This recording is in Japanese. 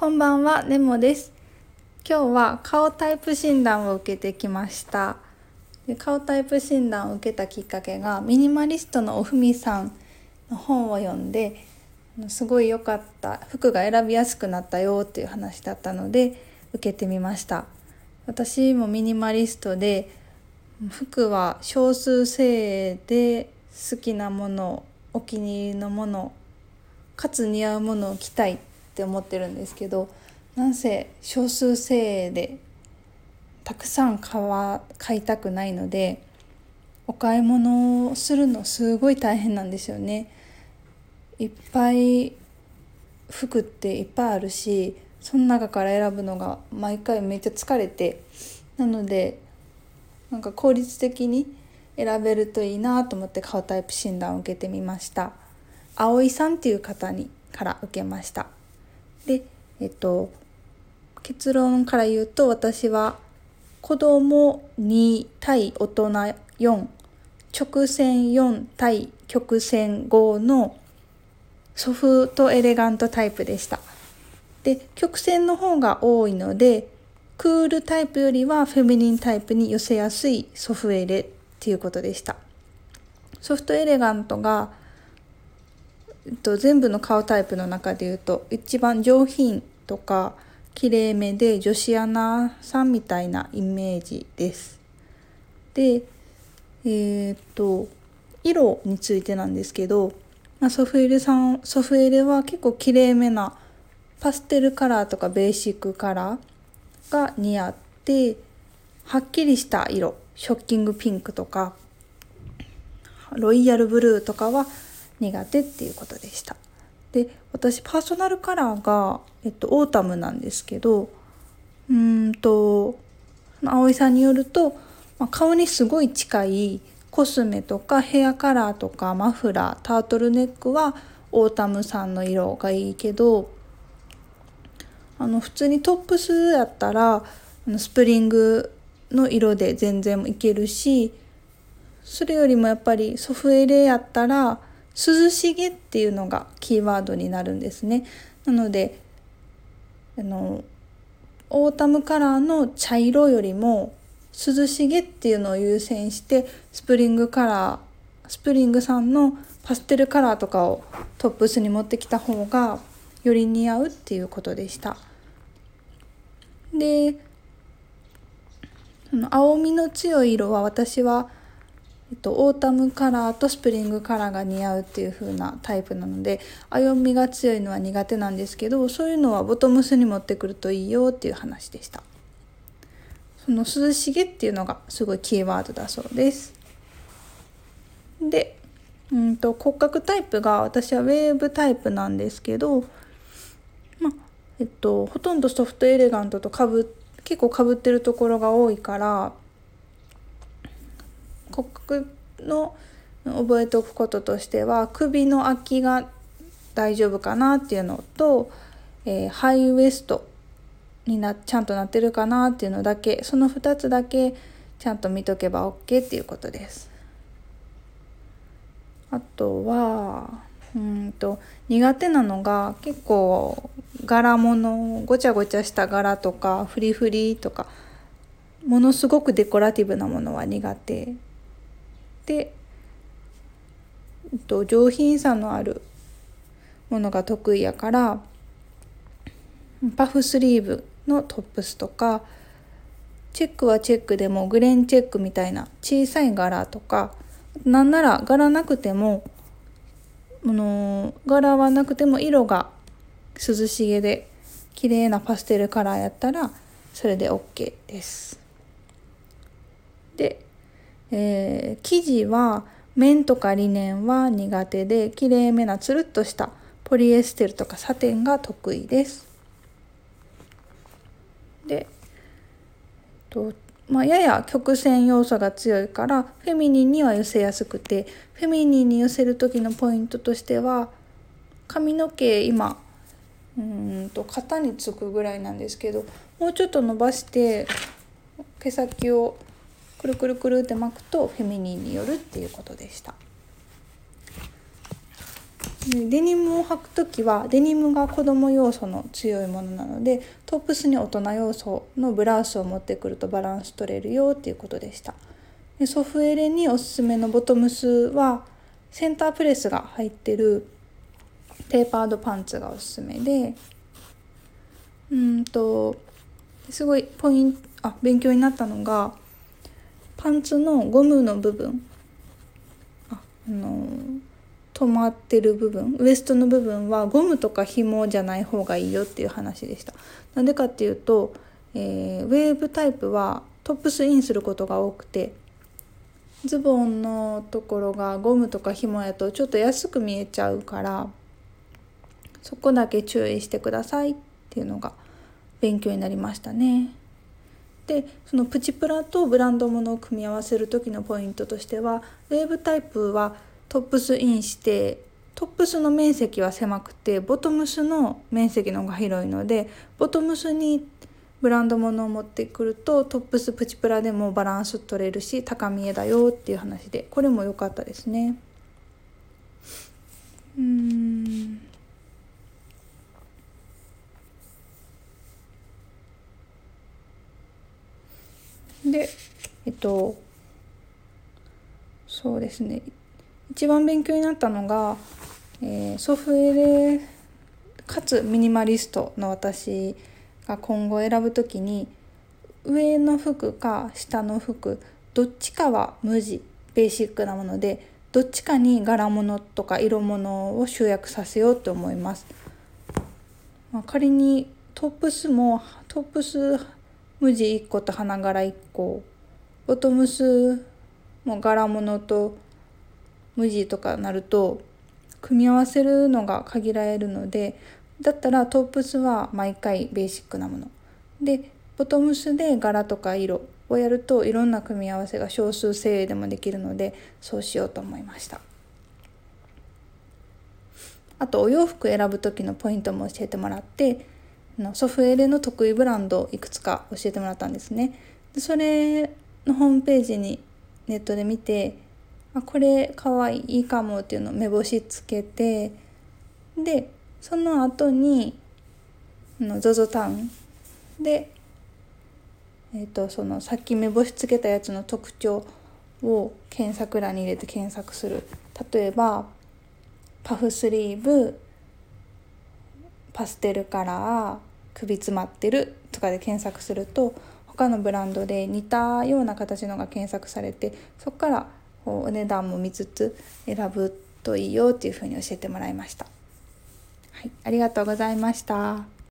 こんばんは、ネモです。今日は顔タイプ診断を受けてきました。顔タイプ診断を受けたきっかけがミニマリストのおふみさんの本を読んで、すごい良かった、服が選びやすくなったよっていう話だったので受けてみました。私もミニマリストで、服は少数精鋭で好きなもの、お気に入りのもの、かつ似合うものを着たいって思ってるんですけど、なんせ少数精鋭でたくさん買いたくないので、お買い物をするのすごい大変なんですよね。いっぱい服っていっぱいあるし、その中から選ぶのが毎回めっちゃ疲れて、なので効率的に選べるといいなと思って顔タイプ診断を受けてみました。葵さんっていう方から受けました。で、結論から言うと、私は子供2対大人4、直線4対曲線5のソフトエレガントタイプでした。で、曲線の方が多いので、クールタイプよりはフェミニンタイプに寄せやすいソフエレっていうことでした。ソフトエレガントが、全部の顔タイプの中で言うと一番上品とか綺麗めで女子アナさんみたいなイメージです。で、色についてなんですけど、ソフエレは結構綺麗めなパステルカラーとかベーシックカラーが似合って、はっきりした色、ショッキングピンクとかロイヤルブルーとかは苦手っていうことでした。で、私パーソナルカラーが、オータムなんですけど、葵さんによると、顔にすごい近いコスメとかヘアカラーとかマフラー、タートルネックはオータムさんの色がいいけど、普通にトップスやったらスプリングの色で全然いけるし、それよりもやっぱりソフエレやったら涼しげっていうのがキーワードになるんですね。なのでオータムカラーの茶色よりも涼しげっていうのを優先して、スプリングさんのパステルカラーとかをトップスに持ってきた方がより似合うっていうことでした。で、青みの強い色は私はオータムカラーとスプリングカラーが似合うっていう風なタイプなので、青みが強いのは苦手なんですけど、そういうのはボトムスに持ってくるといいよっていう話でした。その涼しげっていうのがすごいキーワードだそうです。で、骨格タイプが私はウェーブタイプなんですけど、ほとんどソフトエレガントと結構被ってるところが多いから、骨格の覚えておくこととしては、首の空きが大丈夫かなっていうのと、ハイウエストにちゃんとなってるかなっていうのだけ、その2つだけちゃんと見とけば OK っていうことです。あとは苦手なのが結構柄物、ごちゃごちゃした柄とかフリフリとかものすごくデコラティブなものは苦手で、上品さのあるものが得意やから、パフスリーブのトップスとか、チェックはチェックでもグレンチェックみたいな小さい柄とか、なんなら柄なくても柄はなくても色が涼しげで綺麗なパステルカラーやったらそれで OK です。で、生地は綿とかリネンは苦手で、綺麗めなつるっとしたポリエステルとかサテンが得意です。で、やや曲線要素が強いからフェミニンには寄せやすくて、フェミニンに寄せる時のポイントとしては、髪の毛今肩につくぐらいなんですけど、もうちょっと伸ばして毛先をくるくるくるって巻くとフェミニンによるっていうことでした。 デニムを履くときはデニムが子供要素の強いものなので、トップスに大人要素のブラウスを持ってくるとバランス取れるよっていうことでした。でソフエレにおすすめのボトムスはセンタープレスが入ってるテーパードパンツがおすすめで、すごい勉強になったのが、パンツのゴムの部分、止まってる部分、ウエストの部分はゴムとか紐じゃない方がいいよっていう話でした。なんでかっていうと、ウェーブタイプはトップスインすることが多くて、ズボンのところがゴムとか紐やとちょっと安く見えちゃうから、そこだけ注意してくださいっていうのが勉強になりましたね。でそのプチプラとブランド物を組み合わせる時のポイントとしては、ウェーブタイプはトップスインしてトップスの面積は狭くてボトムスの面積の方が広いので、ボトムスにブランド物を持ってくるとトップスプチプラでもバランス取れるし高見えだよっていう話で、これも良かったですね。でそうですね、一番勉強になったのが、ソフエレかつミニマリストの私が今後選ぶときに、上の服か下の服どっちかは無地ベーシックなもので、どっちかに柄物とか色物を集約させようと思います。仮にトップス無地1個と花柄1個、ボトムスも柄物と無地とかなると組み合わせるのが限られるので、だったらトップスは毎回ベーシックなもので、ボトムスで柄とか色をやるといろんな組み合わせが少数精鋭でもできるので、そうしようと思いました。あとお洋服選ぶ時のポイントも教えてもらって、ソフエレの得意ブランドをいくつか教えてもらったんですね。でそれのホームページにネットで見て、これかわいいかもっていうのを目星つけて、でその後にZOZO タウンで、そのさっき目星つけたやつの特徴を検索欄に入れて検索する。例えばパフスリーブ、パステルカラー、首詰まってるとかで検索すると、他のブランドで似たような形のが検索されて、そこからお値段も見つつ選ぶといいよっていうふうに教えてもらいました。はい、ありがとうございました。